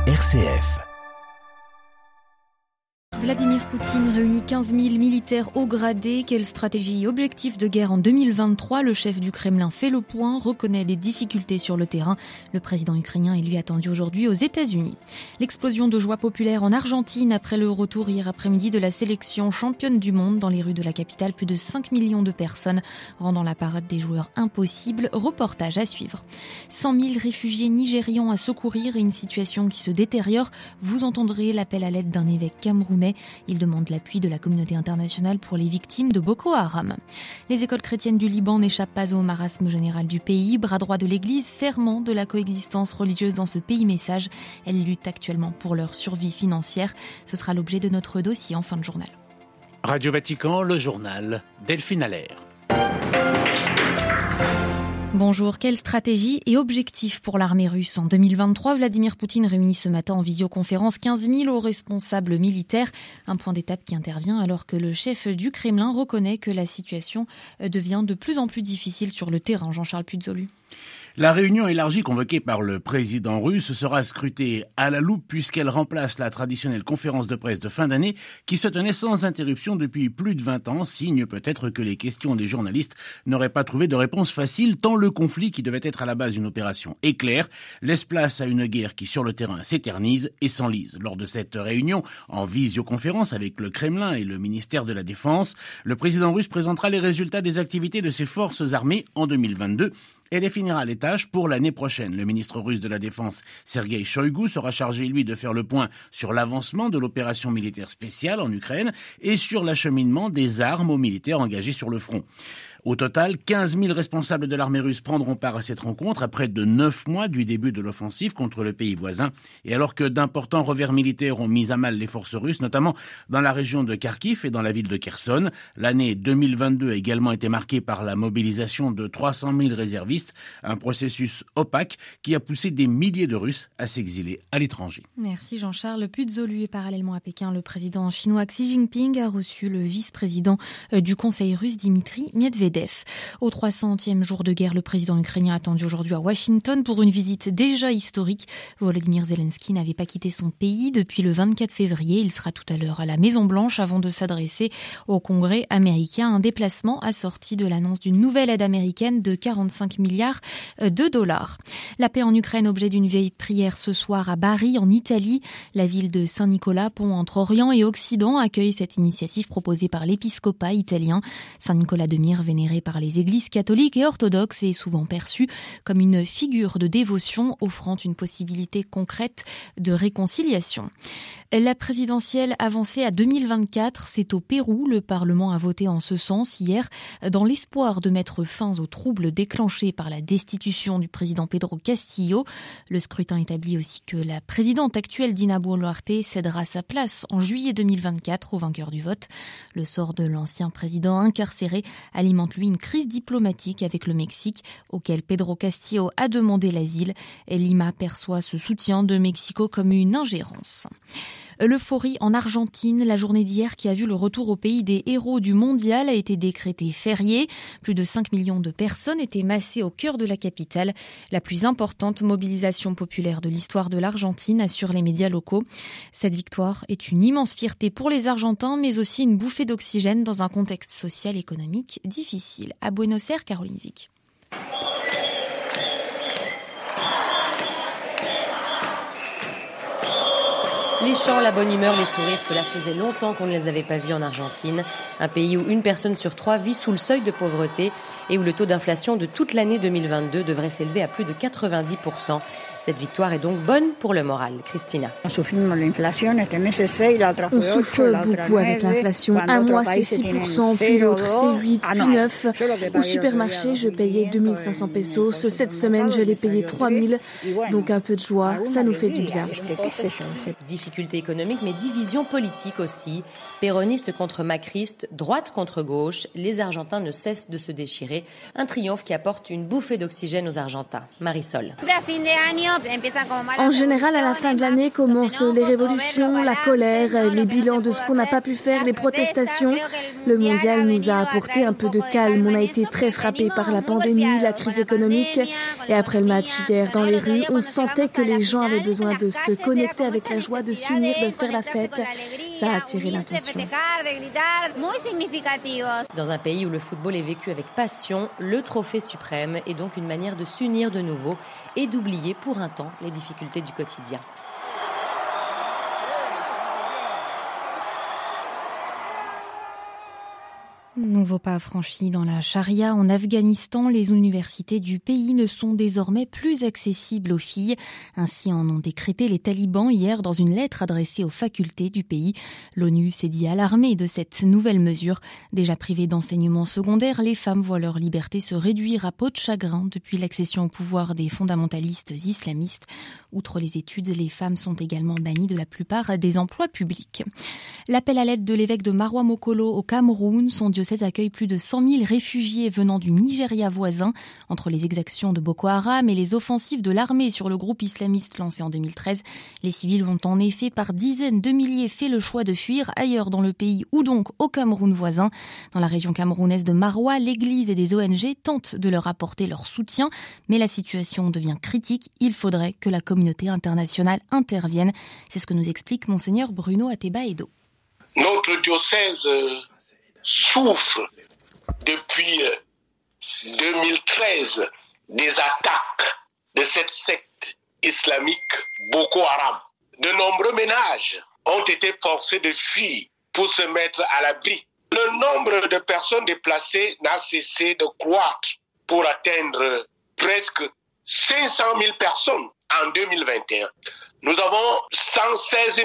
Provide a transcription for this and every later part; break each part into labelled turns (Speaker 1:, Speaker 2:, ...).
Speaker 1: RCF.
Speaker 2: Vladimir Poutine réunit 15 000 militaires haut gradés. Quelle stratégie et objectif de guerre en 2023 ? Le chef du Kremlin fait le point, reconnaît des difficultés sur le terrain. Le président ukrainien est lui attendu aujourd'hui aux États-Unis. L'explosion de joie populaire en Argentine après le retour hier après-midi de la sélection championne du monde dans les rues de la capitale. Plus de 5 millions de personnes rendant la parade des joueurs impossible. Reportage à suivre. 100 000 réfugiés nigérians à secourir et une situation qui se détériore. Vous entendrez l'appel à l'aide d'un évêque camerounais. Il demande l'appui de la communauté internationale pour les victimes de Boko Haram. Les écoles chrétiennes du Liban n'échappent pas au marasme général du pays. Bras droit de l'Église, fervent de la coexistence religieuse dans ce pays message. Elles luttent actuellement pour leur survie financière. Ce sera l'objet de notre dossier en fin de journal.
Speaker 3: Radio Vatican, le journal, Delphine Allaire.
Speaker 2: Bonjour, quelle stratégie et objectif pour l'armée russe ? En 2023, Vladimir Poutine réunit ce matin en visioconférence 15 000 hauts responsables militaires. Un point d'étape qui intervient alors que le chef du Kremlin reconnaît que la situation devient de plus en plus difficile sur le terrain. Jean-Charles Puzolu.
Speaker 4: La réunion élargie convoquée par le président russe sera scrutée à la loupe puisqu'elle remplace la traditionnelle conférence de presse de fin d'année qui se tenait sans interruption depuis plus de 20 ans, signe peut-être que les questions des journalistes n'auraient pas trouvé de réponse facile tant le conflit qui devait être à la base d'une opération éclair laisse place à une guerre qui sur le terrain s'éternise et s'enlise. Lors de cette réunion en visioconférence avec le Kremlin et le ministère de la Défense, le président russe présentera les résultats des activités de ses forces armées en 2022 et définira les tâches pour l'année prochaine. Le ministre russe de la Défense, Sergueï Shoïgu, sera chargé, lui, de faire le point sur l'avancement de l'opération militaire spéciale en Ukraine et sur l'acheminement des armes aux militaires engagés sur le front. Au total, 15 000 responsables de l'armée russe prendront part à cette rencontre après de 9 mois du début de l'offensive contre le pays voisin. Et alors que d'importants revers militaires ont mis à mal les forces russes, notamment dans la région de Kharkiv et dans la ville de Kherson, l'année 2022 a également été marquée par la mobilisation de 300 000 réservistes, un processus opaque qui a poussé des milliers de Russes à s'exiler à l'étranger.
Speaker 2: Merci Jean-Charles Puzolu. Et parallèlement à Pékin, le président chinois Xi Jinping a reçu le vice-président du Conseil russe Dmitri Medvedev. Au 300e jour de guerre, le président ukrainien attendu aujourd'hui à Washington pour une visite déjà historique. Volodymyr Zelensky n'avait pas quitté son pays depuis le 24 février. Il sera tout à l'heure à la Maison-Blanche avant de s'adresser au Congrès américain. Un déplacement assorti de l'annonce d'une nouvelle aide américaine de 45 milliards de dollars. La paix en Ukraine, objet d'une vieille prière ce soir à Bari, en Italie. La ville de Saint-Nicolas, pont entre Orient et Occident, accueille cette initiative proposée par l'épiscopat italien. Saint-Nicolas de Myre, vénéré par les églises catholiques et orthodoxes, est souvent perçu comme une figure de dévotion offrant une possibilité concrète de réconciliation. La présidentielle avancée à 2024, c'est au Pérou. Le Parlement a voté en ce sens hier dans l'espoir de mettre fin aux troubles déclenchés par la destitution du président Pedro Castillo. Le scrutin établit aussi que la présidente actuelle Dina Boluarte cédera sa place en juillet 2024 au vainqueur du vote. Le sort de l'ancien président incarcéré alimente lui une crise diplomatique avec le Mexique, auquel Pedro Castillo a demandé l'asile. Lima perçoit ce soutien de Mexico comme une ingérence. L'euphorie en Argentine, la journée d'hier qui a vu le retour au pays des héros du mondial a été décrétée fériée. Plus de 5 millions de personnes étaient massées au cœur de la capitale. La plus importante mobilisation populaire de l'histoire de l'Argentine, assurent les médias locaux. Cette victoire est une immense fierté pour les Argentins, mais aussi une bouffée d'oxygène dans un contexte social et économique difficile. À Buenos Aires, Caroline Vic.
Speaker 5: Les chants, la bonne humeur, les sourires, cela faisait longtemps qu'on ne les avait pas vus en Argentine. Un pays où une personne sur 3 vit sous le seuil de pauvreté et où le taux d'inflation de toute l'année 2022 devrait s'élever à plus de 90%. Cette victoire est donc bonne pour le moral. Christina.
Speaker 6: On souffre beaucoup avec l'inflation. Un mois, c'est 6%, puis l'autre, c'est 8%, puis 9%. Au supermarché, je payais 2500 pesos. Cette semaine, je l'ai payé 3000. Donc un peu de joie, ça nous fait du bien.
Speaker 5: Difficultés économiques, mais division politique aussi. Péronistes contre macristes, droite contre gauche, les Argentins ne cessent de se déchirer. Un triomphe qui apporte une bouffée d'oxygène aux Argentins. Marisol.
Speaker 6: En général, à la fin de l'année commencent les révolutions, la colère, les bilans de ce qu'on n'a pas pu faire, les protestations. Le mondial nous a apporté un peu de calme. On a été très frappés par la pandémie, la crise économique. Et après le match hier dans les rues, on sentait que les gens avaient besoin de se connecter avec la joie, de s'unir, de faire la fête. Ça a attiré l'attention.
Speaker 5: Dans un pays où le football est vécu avec passion, le trophée suprême est donc une manière de s'unir de nouveau et d'oublier pour un temps les difficultés du quotidien.
Speaker 2: Nouveau pas franchi dans la charia. En Afghanistan, les universités du pays ne sont désormais plus accessibles aux filles. Ainsi en ont décrété les talibans hier dans une lettre adressée aux facultés du pays. L'ONU s'est dit alarmée de cette nouvelle mesure. Déjà privées d'enseignement secondaire, les femmes voient leur liberté se réduire à peau de chagrin depuis l'accession au pouvoir des fondamentalistes islamistes. Outre les études, les femmes sont également bannies de la plupart des emplois publics. L'appel à l'aide de l'évêque de Marwa Mokolo au Cameroun, son diocèse accueille plus de 100 000 réfugiés venant du Nigeria voisin. Entre les exactions de Boko Haram et les offensives de l'armée sur le groupe islamiste lancé en 2013, les civils ont en effet par dizaines de milliers fait le choix de fuir ailleurs dans le pays ou donc au Cameroun voisin. Dans la région camerounaise de Marwa, l'Église et des ONG tentent de leur apporter leur soutien, mais la situation devient critique. Il faudrait que la communauté internationale intervienne. C'est ce que nous explique Monseigneur Bruno Ateba-Edo.
Speaker 1: Notre diocèse souffre depuis 2013 des attaques de cette secte islamique Boko Haram. De nombreux ménages ont été forcés de fuir pour se mettre à l'abri. Le nombre de personnes déplacées n'a cessé de croître pour atteindre presque 500 000 personnes en 2021. Nous avons 116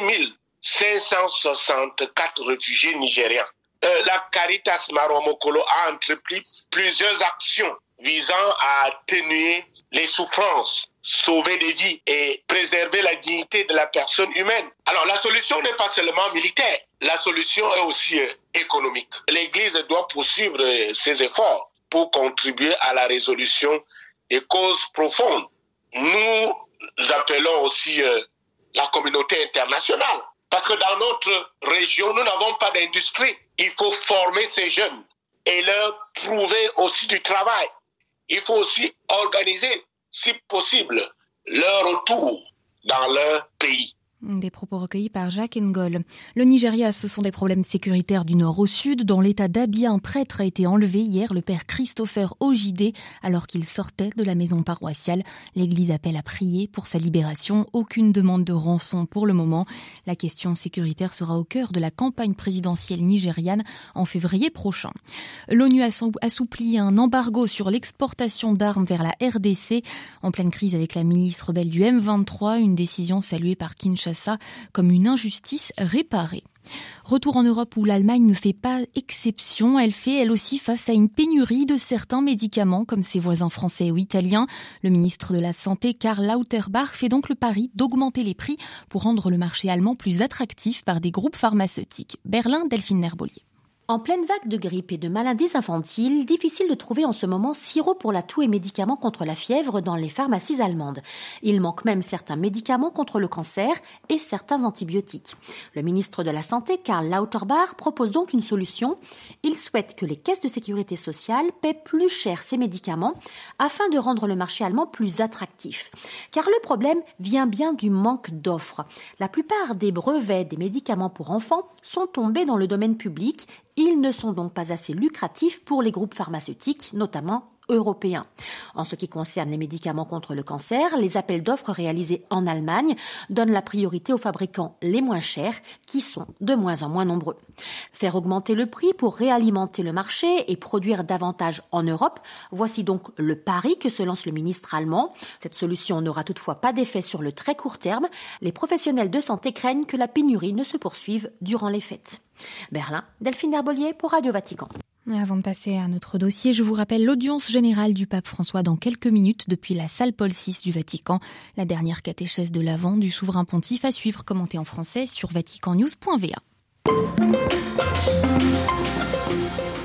Speaker 1: 564 réfugiés nigériens. La Caritas Marwa Mokolo a entrepris plusieurs actions visant à atténuer les souffrances, sauver des vies et préserver la dignité de la personne humaine. Alors la solution n'est pas seulement militaire, la solution est aussi économique. L'Église doit poursuivre ses efforts pour contribuer à la résolution des causes profondes. Nous appelons aussi la communauté internationale. Parce que dans notre région, nous n'avons pas d'industrie. Il faut former ces jeunes et leur trouver aussi du travail. Il faut aussi organiser, si possible, leur retour dans leur pays.
Speaker 2: Des propos recueillis par Jacques Ngol. Le Nigeria, ce sont des problèmes sécuritaires du nord au sud. Dans l'état d'Abia, un prêtre a été enlevé hier, le père Christopher Ojide, alors qu'il sortait de la maison paroissiale. L'église appelle à prier pour sa libération. Aucune demande de rançon pour le moment. La question sécuritaire sera au cœur de la campagne présidentielle nigériane en février prochain. L'ONU a assoupli un embargo sur l'exportation d'armes vers la RDC. En pleine crise avec la milice rebelle du M23, une décision saluée par Kinshasa comme une injustice réparée. Retour en Europe où l'Allemagne ne fait pas exception. Elle fait elle aussi face à une pénurie de certains médicaments comme ses voisins français ou italiens. Le ministre de la Santé, Karl Lauterbach, fait donc le pari d'augmenter les prix pour rendre le marché allemand plus attractif par des groupes pharmaceutiques. Berlin, Delphine Nerbolier.
Speaker 7: En pleine vague de grippe et de maladies infantiles, difficile de trouver en ce moment sirop pour la toux et médicaments contre la fièvre dans les pharmacies allemandes. Il manque même certains médicaments contre le cancer et certains antibiotiques. Le ministre de la Santé, Karl Lauterbach, propose donc une solution. Il souhaite que les caisses de sécurité sociale paient plus cher ces médicaments afin de rendre le marché allemand plus attractif. Car le problème vient bien du manque d'offres. La plupart des brevets des médicaments pour enfants sont tombés dans le domaine public. Ils ne sont donc pas assez lucratifs pour les groupes pharmaceutiques, notamment européens. En ce qui concerne les médicaments contre le cancer, les appels d'offres réalisés en Allemagne donnent la priorité aux fabricants les moins chers, qui sont de moins en moins nombreux. Faire augmenter le prix pour réalimenter le marché et produire davantage en Europe, voici donc le pari que se lance le ministre allemand. Cette solution n'aura toutefois pas d'effet sur le très court terme. Les professionnels de santé craignent que la pénurie ne se poursuive durant les fêtes. Berlin, Delphine Nerbolier pour Radio Vatican.
Speaker 2: Avant de passer à notre dossier, je vous rappelle l'audience générale du pape François dans quelques minutes depuis la salle Paul VI du Vatican. La dernière catéchèse de l'Avent du souverain pontife à suivre, commentée en français sur vaticannews.va.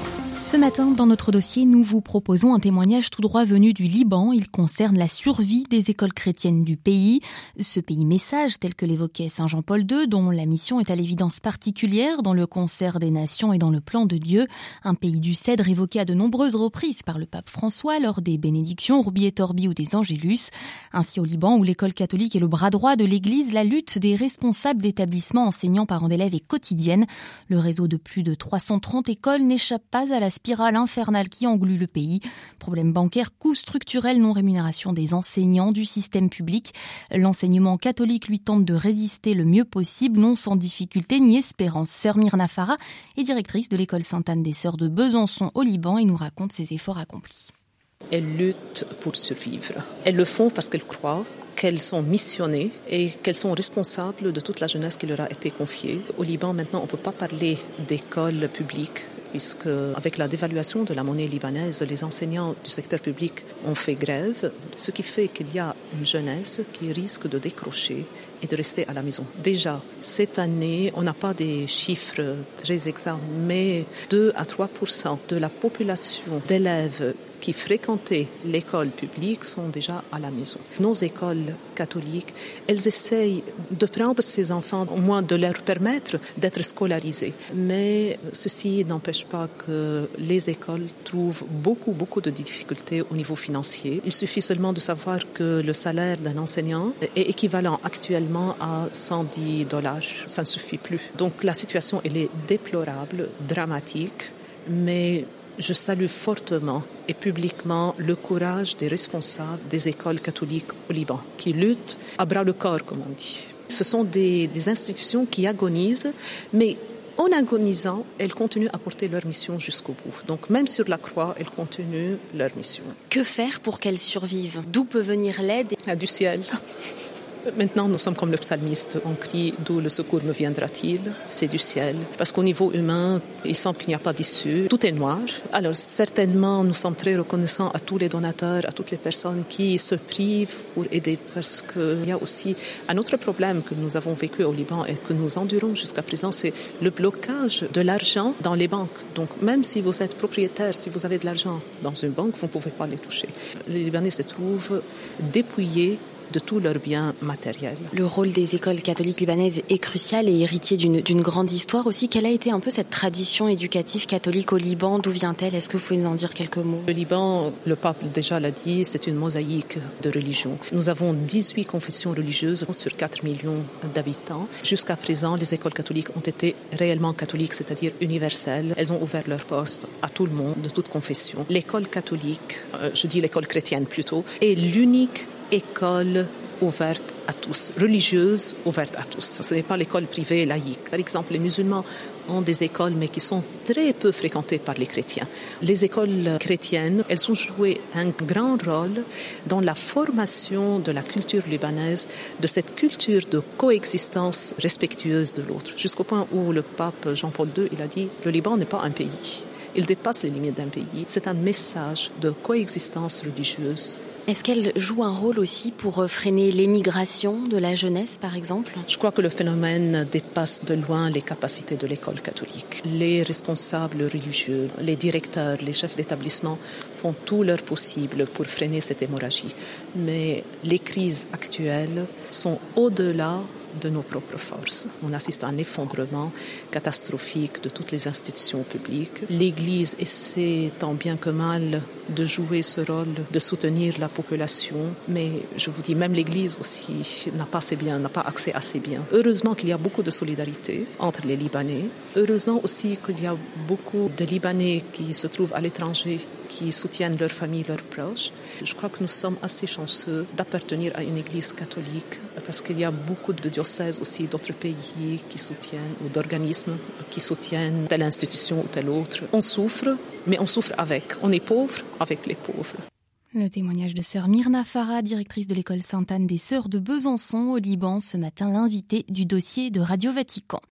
Speaker 2: Ce matin, dans notre dossier, nous vous proposons un témoignage tout droit venu du Liban. Il concerne la survie des écoles chrétiennes du pays. Ce pays message, tel que l'évoquait Saint Jean-Paul II, dont la mission est à l'évidence particulière dans le concert des nations et dans le plan de Dieu. Un pays du cèdre évoqué à de nombreuses reprises par le pape François lors des bénédictions, Urbi et Orbi ou des Angélus. Ainsi au Liban, où l'école catholique est le bras droit de l'Église, la lutte des responsables d'établissements enseignants parents d'élèves est quotidienne. Le réseau de plus de 330 écoles n'échappe pas à la spirale infernale qui englue le pays. Problèmes bancaires, coûts structurels, non-rémunération des enseignants du système public. L'enseignement catholique lui tente de résister le mieux possible, non sans difficulté ni espérance. Sœur Myrna Farah est directrice de l'école Sainte-Anne des Sœurs de Besançon au Liban et nous raconte ses efforts accomplis.
Speaker 8: Elles luttent pour survivre. Elles le font parce qu'elles croient qu'elles sont missionnées et qu'elles sont responsables de toute la jeunesse qui leur a été confiée. Au Liban, maintenant, on ne peut pas parler d'école publique, puisque avec la dévaluation de la monnaie libanaise, les enseignants du secteur public ont fait grève, ce qui fait qu'il y a une jeunesse qui risque de décrocher et de rester à la maison. Déjà, cette année, on n'a pas des chiffres très exacts, mais 2 à 3% de la population d'élèves qui fréquentaient l'école publique sont déjà à la maison. Nos écoles catholiques, elles essayent de prendre ces enfants, au moins de leur permettre d'être scolarisés. Mais ceci n'empêche pas que les écoles trouvent beaucoup de difficultés au niveau financier. Il suffit seulement de savoir que le salaire d'un enseignant est équivalent actuellement à $110. Ça ne suffit plus. Donc la situation, elle est déplorable, dramatique, mais je salue fortement et publiquement le courage des responsables des écoles catholiques au Liban, qui luttent à bras le corps, comme on dit. Ce sont des institutions qui agonisent, mais en agonisant, elles continuent à porter leur mission jusqu'au bout. Donc même sur la croix, elles continuent leur mission.
Speaker 2: Que faire pour qu'elles survivent ? D'où peut venir l'aide ?
Speaker 8: Du ciel. Maintenant, nous sommes comme le psalmiste. On crie « D'où le secours me viendra-t-il ?» C'est du ciel. Parce qu'au niveau humain, il semble qu'il n'y a pas d'issue. Tout est noir. Alors certainement, nous sommes très reconnaissants à tous les donateurs, à toutes les personnes qui se privent pour aider. Parce qu'il y a aussi un autre problème que nous avons vécu au Liban et que nous endurons jusqu'à présent, c'est le blocage de l'argent dans les banques. Donc même si vous êtes propriétaire, si vous avez de l'argent dans une banque, vous ne pouvez pas les toucher. Les Libanais se trouvent dépouillés de tous leurs biens matériels.
Speaker 2: Le rôle des écoles catholiques libanaises est crucial et héritier d'une grande histoire aussi. Quelle a été un peu cette tradition éducative catholique au Liban ? D'où vient-elle ? Est-ce que vous pouvez nous en dire quelques mots ?
Speaker 8: Le Liban, le pape déjà l'a dit, c'est une mosaïque de religions. Nous avons 18 confessions religieuses sur 4 millions d'habitants. Jusqu'à présent, les écoles catholiques ont été réellement catholiques, c'est-à-dire universelles. Elles ont ouvert leurs portes à tout le monde, de toute confession. L'école catholique, je dis l'école chrétienne plutôt, est l'unique école ouverte à tous, religieuse ouverte à tous. Ce n'est pas l'école privée laïque. Par exemple, les musulmans ont des écoles, mais qui sont très peu fréquentées par les chrétiens. Les écoles chrétiennes, elles ont joué un grand rôle dans la formation de la culture libanaise, de cette culture de coexistence respectueuse de l'autre, jusqu'au point où le pape Jean-Paul II, il a dit « Le Liban n'est pas un pays, il dépasse les limites d'un pays. C'est un message de coexistence religieuse. »
Speaker 2: Est-ce qu'elle joue un rôle aussi pour freiner l'émigration de la jeunesse, par exemple ?
Speaker 8: Je crois que le phénomène dépasse de loin les capacités de l'école catholique. Les responsables religieux, les directeurs, les chefs d'établissement font tout leur possible pour freiner cette hémorragie. Mais les crises actuelles sont au-delà de nos propres forces. On assiste à un effondrement catastrophique de toutes les institutions publiques. L'Église essaie tant bien que mal de jouer ce rôle, de soutenir la population, mais je vous dis, même l'Église aussi n'a pas accès assez bien. Heureusement qu'il y a beaucoup de solidarité entre les Libanais. Heureusement aussi qu'il y a beaucoup de Libanais qui se trouvent à l'étranger, qui soutiennent leur famille, leurs proches. Je crois que nous sommes assez chanceux d'appartenir à une Église catholique, parce qu'il y a beaucoup de diocèses aussi d'autres pays qui soutiennent, ou d'organismes qui soutiennent telle institution ou telle autre. On souffre, mais on souffre avec. On est pauvre avec les pauvres.
Speaker 2: Le témoignage de sœur Myrna Farah, directrice de l'école Sainte-Anne des Sœurs de Besançon au Liban, ce matin l'invitée du dossier de Radio Vatican.